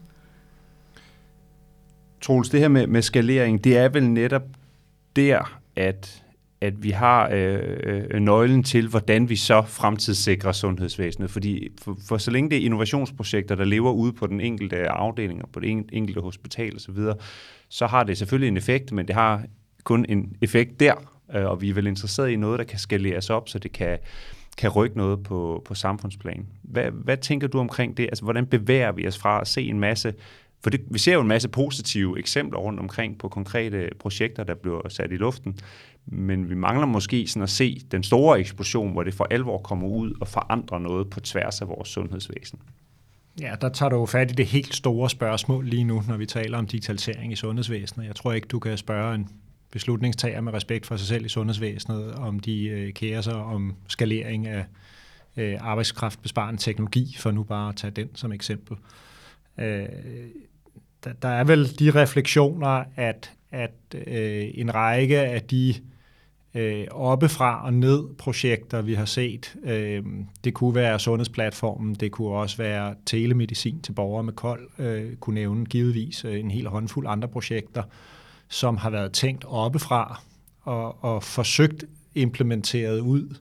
Troels, det her med, med skalering, det er vel netop der, at, at vi har øh, nøglen til, hvordan vi så fremtidssikrer sundhedsvæsenet. Fordi for, for så længe det er innovationsprojekter, der lever ude på den enkelte afdeling og på det enkelte hospital osv., så, så har det selvfølgelig en effekt, men det har kun en effekt der, øh, og vi er vel interesseret i noget, der kan skaleres op, så det kan, kan rykke noget på, på samfundsplan. Hvad, hvad tænker du omkring det? Altså, hvordan bevæger vi os fra at se en masse. For det, vi ser jo en masse positive eksempler rundt omkring på konkrete projekter, der bliver sat i luften, men vi mangler måske sådan at se den store eksplosion, hvor det for alvor kommer ud og forandrer noget på tværs af vores sundhedsvæsen. Ja, der tager du jo fat i det helt store spørgsmål lige nu, når vi taler om digitalisering i sundhedsvæsenet. Jeg tror ikke, du kan spørge en beslutningstager med respekt for sig selv i sundhedsvæsenet, om de øh, kærer sig om skalering af øh, arbejdskraftbesparende teknologi, for nu bare at tage den som eksempel. Øh, der, der er vel de refleksioner, at, at øh, en række af de øh, oppefra og ned projekter, vi har set, øh, det kunne være sundhedsplatformen, det kunne også være telemedicin til borgere med kold, øh, kunne nævne givetvis øh, en hel håndfuld andre projekter, som har været tænkt oppefra og, og forsøgt implementeret ud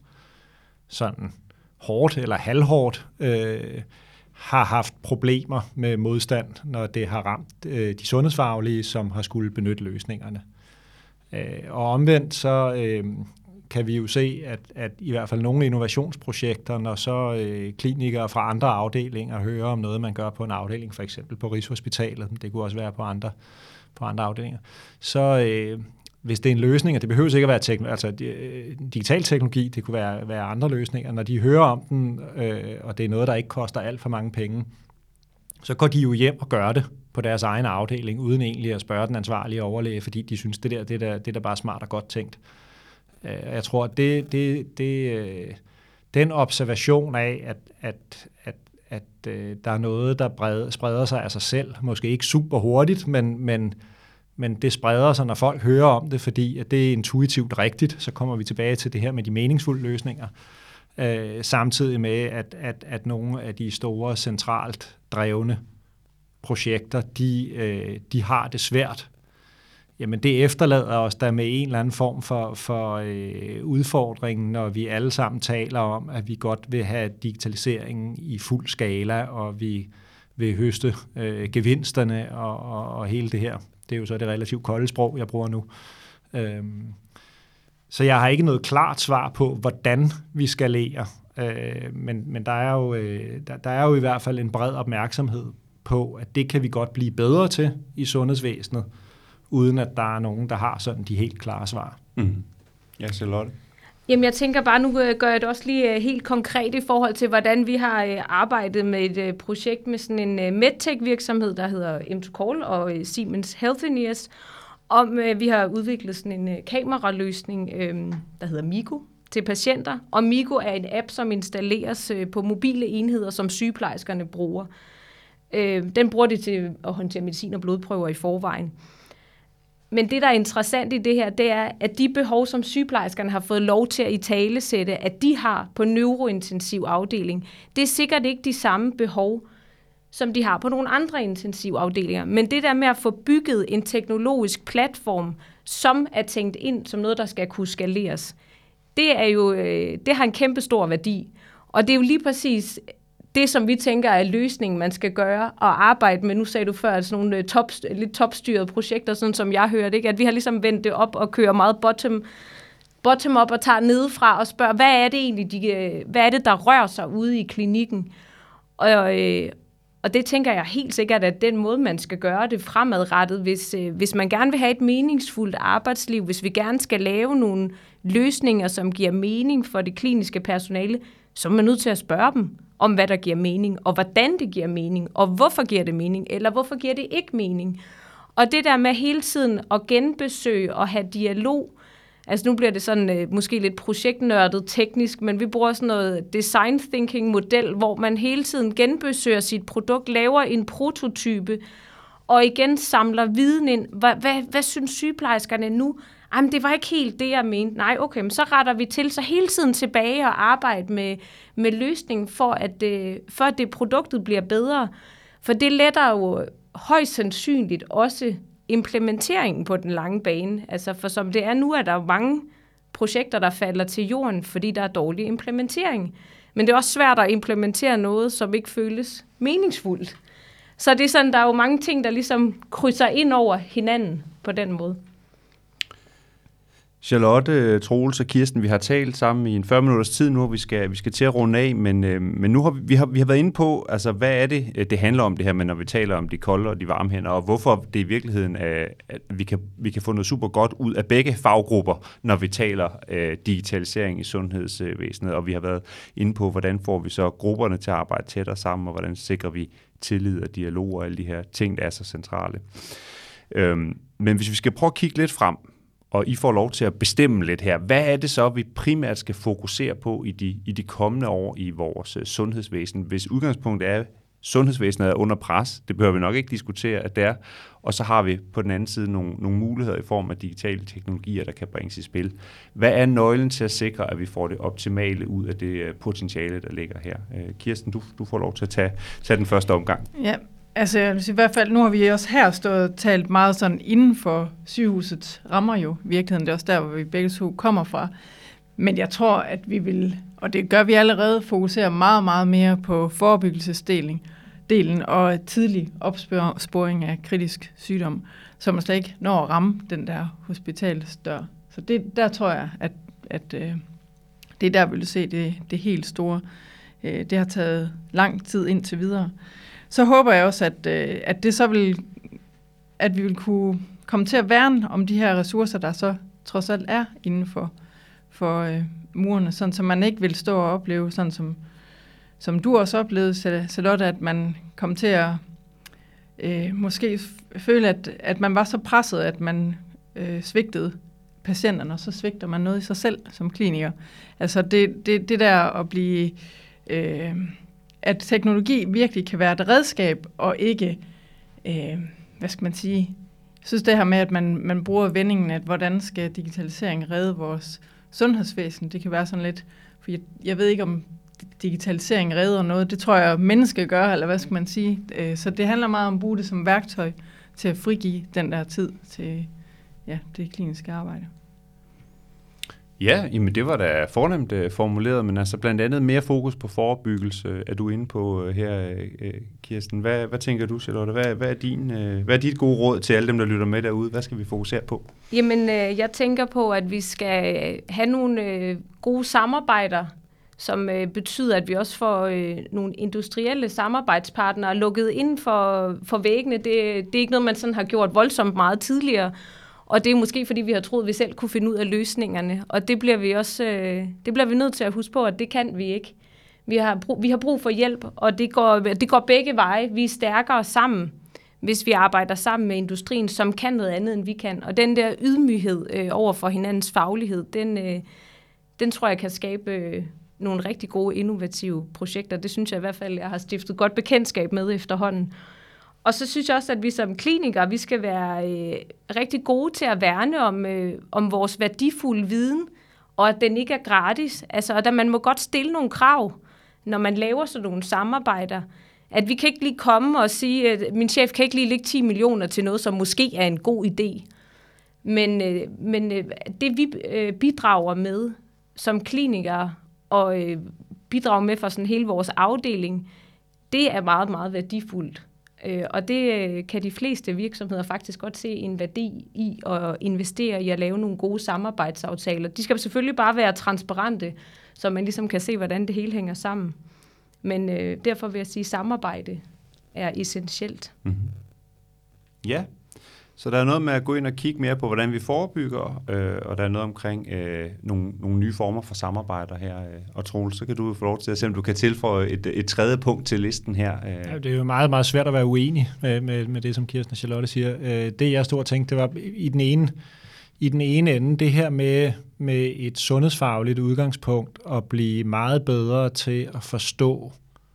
sådan hårdt eller halvhårdt, øh, har haft problemer med modstand, når det har ramt øh, de sundhedsfaglige, som har skulle benytte løsningerne. Øh, og omvendt så øh, kan vi jo se, at, at i hvert fald nogle innovationsprojekter, når så øh, klinikere fra andre afdelinger hører om noget, man gør på en afdeling, for eksempel på Rigshospitalet, det kunne også være på andre, på andre afdelinger, så øh, hvis det er en løsning, og det behøver ikke at være tekn- altså, digital teknologi, det kunne være, være andre løsninger, når de hører om den, øh, og det er noget, der ikke koster alt for mange penge, så går de jo hjem og gør det på deres egen afdeling, uden egentlig at spørge den ansvarlige overlæge, fordi de synes, det der, det der, det er der bare smart og godt tænkt. Øh, jeg tror, at det, det, det, øh, den observation af, at, at, at, at øh, der er noget, der breder, spreder sig af sig selv, måske ikke super hurtigt, men, men Men det spreder sig, når folk hører om det, fordi at det er intuitivt rigtigt. Så kommer vi tilbage til det her med de meningsfulde løsninger. Øh, samtidig med, at, at, at nogle af de store centralt drevne projekter, de, øh, de har det svært. Jamen det efterlader os der med en eller anden form for, for øh, udfordring, når vi alle sammen taler om, at vi godt vil have digitaliseringen i fuld skala, og vi vil høste øh, gevinsterne og, og, og hele det her. Det er jo så det relativt kolde sprog, jeg bruger nu. Øhm, så jeg har ikke noget klart svar på, hvordan vi skalerer. Øh, men men der, er jo, øh, der, der er jo i hvert fald en bred opmærksomhed på, at det kan vi godt blive bedre til i sundhedsvæsenet, uden at der er nogen, der har sådan de helt klare svar. Mm. Ja, Charlotte. Jamen, jeg tænker bare, nu gør jeg det også lige helt konkret i forhold til, hvordan vi har arbejdet med et projekt med sådan en medtech-virksomhed, der hedder M to Call og Siemens Healthineers. Om vi har udviklet sådan en kameraløsning, der hedder Migo, til patienter. Og Migo er en app, som installeres på mobile enheder, som sygeplejerskerne bruger. Den bruger de til at håndtere medicin og blodprøver i forvejen. Men det, der er interessant i det her, det er, at de behov, som sygeplejerskerne har fået lov til at italesætte, at de har på neurointensiv afdeling, det er sikkert ikke de samme behov, som de har på nogle andre intensivafdelinger. Men det der med at få bygget en teknologisk platform, som er tænkt ind som noget, der skal kunne skaleres. Det, er jo, øh, det har en kæmpe stor værdi. Og det er jo lige præcis det, som vi tænker er løsningen, man skal gøre og arbejde med. Nu sagde du før, at sådan nogle top, lidt topstyrede projekter, sådan som jeg hørte, ikke? At vi har ligesom vendt det op og kører meget bottom, bottom up og tager nedefra og spørger, hvad er det egentlig, de, hvad er det, der rører sig ude i klinikken? Og, øh, og det tænker jeg helt sikkert, at den måde, man skal gøre det fremadrettet, hvis, øh, hvis man gerne vil have et meningsfuldt arbejdsliv, hvis vi gerne skal lave nogle løsninger, som giver mening for det kliniske personale, så er man nødt til at spørge dem om, hvad der giver mening, og hvordan det giver mening, og hvorfor giver det mening, eller hvorfor giver det ikke mening. Og det der med hele tiden at genbesøge og have dialog, altså nu bliver det sådan øh, måske lidt projektnørdet teknisk, men vi bruger sådan noget design thinking model, hvor man hele tiden genbesøger sit produkt, laver en prototype, og igen samler viden ind. Hvad, hvad, hvad synes sygeplejerskerne nu? Jamen, det var ikke helt det, jeg mente. Nej, okay, men så retter vi til, så hele tiden tilbage og arbejde med, med løsningen, for at, øh, for at det produktet bliver bedre. For det letter jo højst sandsynligt også implementeringen på den lange bane. Altså, for som det er nu, er der jo mange projekter, der falder til jorden, fordi der er dårlig implementering. Men det er også svært at implementere noget, som ikke føles meningsfuldt. Så det er sådan, der er jo mange ting, der ligesom krydser ind over hinanden på den måde. Charlotte, Troels og Kirsten, vi har talt sammen i en fyrre minutters tid nu, og vi skal, vi skal til at runde af, men, øh, men nu har vi, vi, har, vi har været inde på, altså hvad er det, det handler om det her, men når vi taler om de kolde og de varme hænder, og hvorfor det i virkeligheden er, at vi kan, vi kan få noget super godt ud af begge faggrupper, når vi taler øh, digitalisering i sundhedsvæsenet, og vi har været inde på, hvordan får vi så grupperne til at arbejde tættere sammen, og hvordan sikrer vi tillid og dialog og alle de her ting, der er så centrale. Øhm, men hvis vi skal prøve at kigge lidt frem, og I får lov til at bestemme lidt her. Hvad er det så, vi primært skal fokusere på i de, i de kommende år i vores uh, sundhedsvæsen? Hvis udgangspunktet er, at sundhedsvæsenet er under pres, det behøver vi nok ikke diskutere, at det er, og så har vi på den anden side nogle, nogle muligheder i form af digitale teknologier, der kan bringes i spil. Hvad er nøglen til at sikre, at vi får det optimale ud af det uh, potentiale, der ligger her? Uh, Kirsten, du, du får lov til at tage, tage den første omgang. Ja. Altså, jeg vil sige, i hvert fald, nu har vi også her stået og talt meget sådan inden for sygehusets rammer jo. I virkeligheden, det er også der, hvor vi begge to kommer fra. Men jeg tror, at vi vil, og det gør vi allerede, fokusere meget, meget mere på forebyggelsesdelen delen og tidlig opsporing af kritisk sygdom, så man slet ikke når at ramme den der hospitalsdør. Så det, der tror jeg, at, at øh, det er der, vi vil se det, det helt store. Øh, det har taget lang tid indtil videre. Så håber jeg også, at, at det så vil, at vi vil kunne komme til at værne om de her ressourcer, der så trods alt er inden for, for øh, murene, sådan så man ikke vil stå og opleve, sådan som, som du også oplevede, Charlotte, at man kom til at øh, måske føle, at, at man var så presset, at man øh, svigtede patienterne, og så svigter man noget i sig selv som kliniker. Altså det, det, det der at blive... Øh, at teknologi virkelig kan være et redskab, og ikke, øh, hvad skal man sige, jeg synes det her med, at man, man bruger vendingen, at hvordan skal digitalisering redde vores sundhedsvæsen, det kan være sådan lidt, for jeg, jeg ved ikke, om digitalisering redder noget, det tror jeg, mennesker gør, eller hvad skal man sige, øh, så det handler meget om at bruge det som værktøj til at frigive den der tid til ja, det kliniske arbejde. Ja, jamen det var da fornemt uh, formuleret, men altså blandt andet mere fokus på forebyggelse er du inde på uh, her, uh, Kirsten. Hvad, hvad tænker du, Charlotte? Hvad, hvad, er din, uh, hvad er dit gode råd til alle dem, der lytter med derude? Hvad skal vi fokusere på? Jamen, øh, jeg tænker på, at vi skal have nogle øh, gode samarbejder, som øh, betyder, at vi også får øh, nogle industrielle samarbejdspartnere lukket inden for, for væggene. Det, det er ikke noget, man sådan har gjort voldsomt meget tidligere. Og det er måske, fordi vi har troet, at vi selv kunne finde ud af løsningerne. Og det bliver vi også øh, det bliver vi nødt til at huske på, at det kan vi ikke. Vi har brug, vi har brug for hjælp, og det går, det går begge veje. Vi er stærkere sammen, hvis vi arbejder sammen med industrien, som kan noget andet, end vi kan. Og den der ydmyghed øh, over for hinandens faglighed, den, øh, den tror jeg kan skabe øh, nogle rigtig gode, innovative projekter. Det synes jeg i hvert fald, jeg har stiftet godt bekendtskab med efterhånden. Og så synes jeg også, at vi som klinikere, vi skal være øh, rigtig gode til at værne om, øh, om vores værdifulde viden, og at den ikke er gratis. Altså, at man må godt stille nogle krav, når man laver sådan nogle samarbejder. At vi kan ikke lige komme og sige, at min chef kan ikke lige lægge ti millioner til noget, som måske er en god idé. Men, øh, men øh, det vi øh, bidrager med som klinikere, og øh, bidrager med for sådan hele vores afdeling, det er meget, meget værdifuldt. Øh, og det øh, kan de fleste virksomheder faktisk godt se en værdi i at investere i at lave nogle gode samarbejdsaftaler. De skal selvfølgelig bare være transparente, så man ligesom kan se, hvordan det hele hænger sammen. Men øh, derfor vil jeg sige, at samarbejde er essentielt. Mm-hmm. Ja, så der er noget med at gå ind og kigge mere på, hvordan vi forebygger, øh, og der er noget omkring øh, nogle, nogle nye former for samarbejder her. Øh. Og Troels, så kan du få lov til at se, om du kan tilføje et, et tredje punkt til listen her. Øh. Ja, det er jo meget, meget svært at være uenig med, med, med det, som Kirsten og Charlotte siger. Øh, det, jeg stod og tænkte, det var i den ene, i den ene ende, det her med, med et sundhedsfagligt udgangspunkt, at blive meget bedre til at forstå,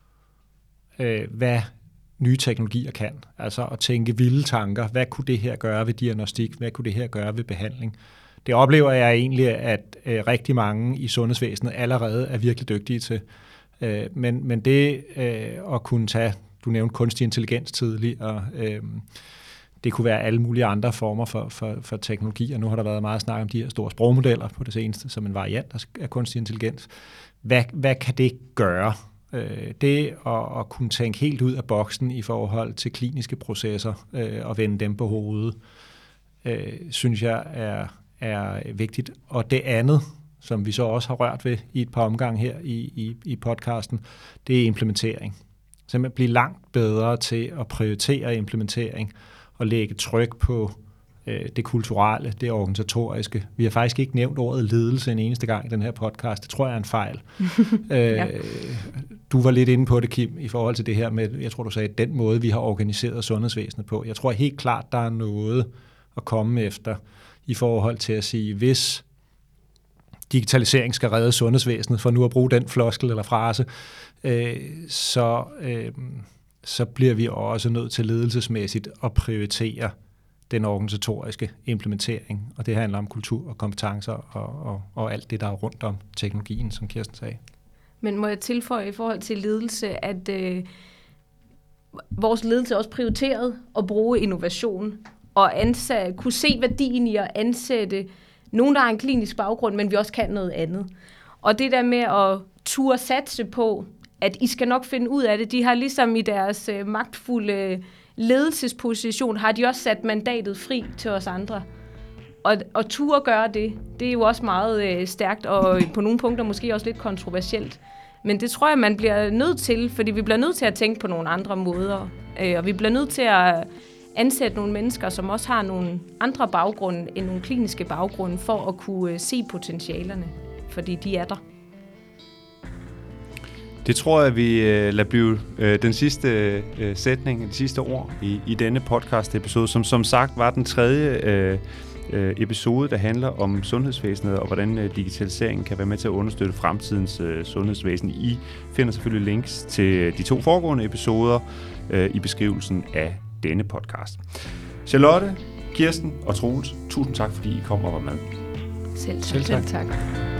øh, hvad nye teknologier kan. Altså at tænke vilde tanker. Hvad kunne det her gøre ved diagnostik? Hvad kunne det her gøre ved behandling? Det oplever jeg egentlig, at øh, rigtig mange i sundhedsvæsenet allerede er virkelig dygtige til. Øh, men, men det øh, at kunne tage, du nævnte kunstig intelligens tidligere, øh, det kunne være alle mulige andre former for, for, for teknologier. Nu har der været meget snak om de her store sprogmodeller på det seneste, som en variant af kunstig intelligens. Hvad, hvad kan det gøre? Det at, at kunne tænke helt ud af boksen i forhold til kliniske processer øh, og vende dem på hovedet, øh, synes jeg er, er vigtigt. Og det andet, som vi så også har rørt ved i et par omgange her i, i, i podcasten, det er implementering. Simpelthen blive langt bedre til at prioritere implementering og lægge tryk på det kulturelle, det organisatoriske. Vi har faktisk ikke nævnt ordet ledelse en eneste gang i den her podcast. Det tror jeg er en fejl. ja. Du var lidt inde på det, Kim, i forhold til det her med, jeg tror, du sagde, den måde, vi har organiseret sundhedsvæsenet på. Jeg tror helt klart, der er noget at komme efter i forhold til at sige, hvis digitalisering skal redde sundhedsvæsenet, for nu at bruge den floskel eller frase, øh, så, øh, så bliver vi også nødt til ledelsesmæssigt at prioritere den organisatoriske implementering, og det handler om kultur og kompetencer og, og, og alt det, der er rundt om teknologien, som Kirsten sagde. Men må jeg tilføje i forhold til ledelse, at øh, vores ledelse også prioriteret at bruge innovation og ansætte, kunne se værdien i at ansætte nogen, der har en klinisk baggrund, men vi også kan noget andet. Og det der med at turde satse på, at I skal nok finde ud af det, de har ligesom i deres øh, magtfulde ledelsesposition, har de også sat mandatet fri til os andre. Og, og turde gøre det, det er jo også meget øh, stærkt, og på nogle punkter måske også lidt kontroversielt. Men det tror jeg, man bliver nødt til, fordi vi bliver nødt til at tænke på nogle andre måder. Øh, og vi bliver nødt til at ansætte nogle mennesker, som også har nogle andre baggrunde end nogle kliniske baggrunde, for at kunne øh, se potentialerne, fordi de er der. Det tror jeg, vi øh, lader blive øh, den sidste øh, sætning, de sidste ord i, i denne podcast-episode, som som sagt var den tredje øh, øh, episode, der handler om sundhedsvæsenet og hvordan øh, digitaliseringen kan være med til at understøtte fremtidens øh, sundhedsvæsen. I finder selvfølgelig links til de to foregående episoder øh, i beskrivelsen af denne podcast. Charlotte, Kirsten og Troels, tusind tak, fordi I kom og var med. Selv tak. Selv tak. Selv tak.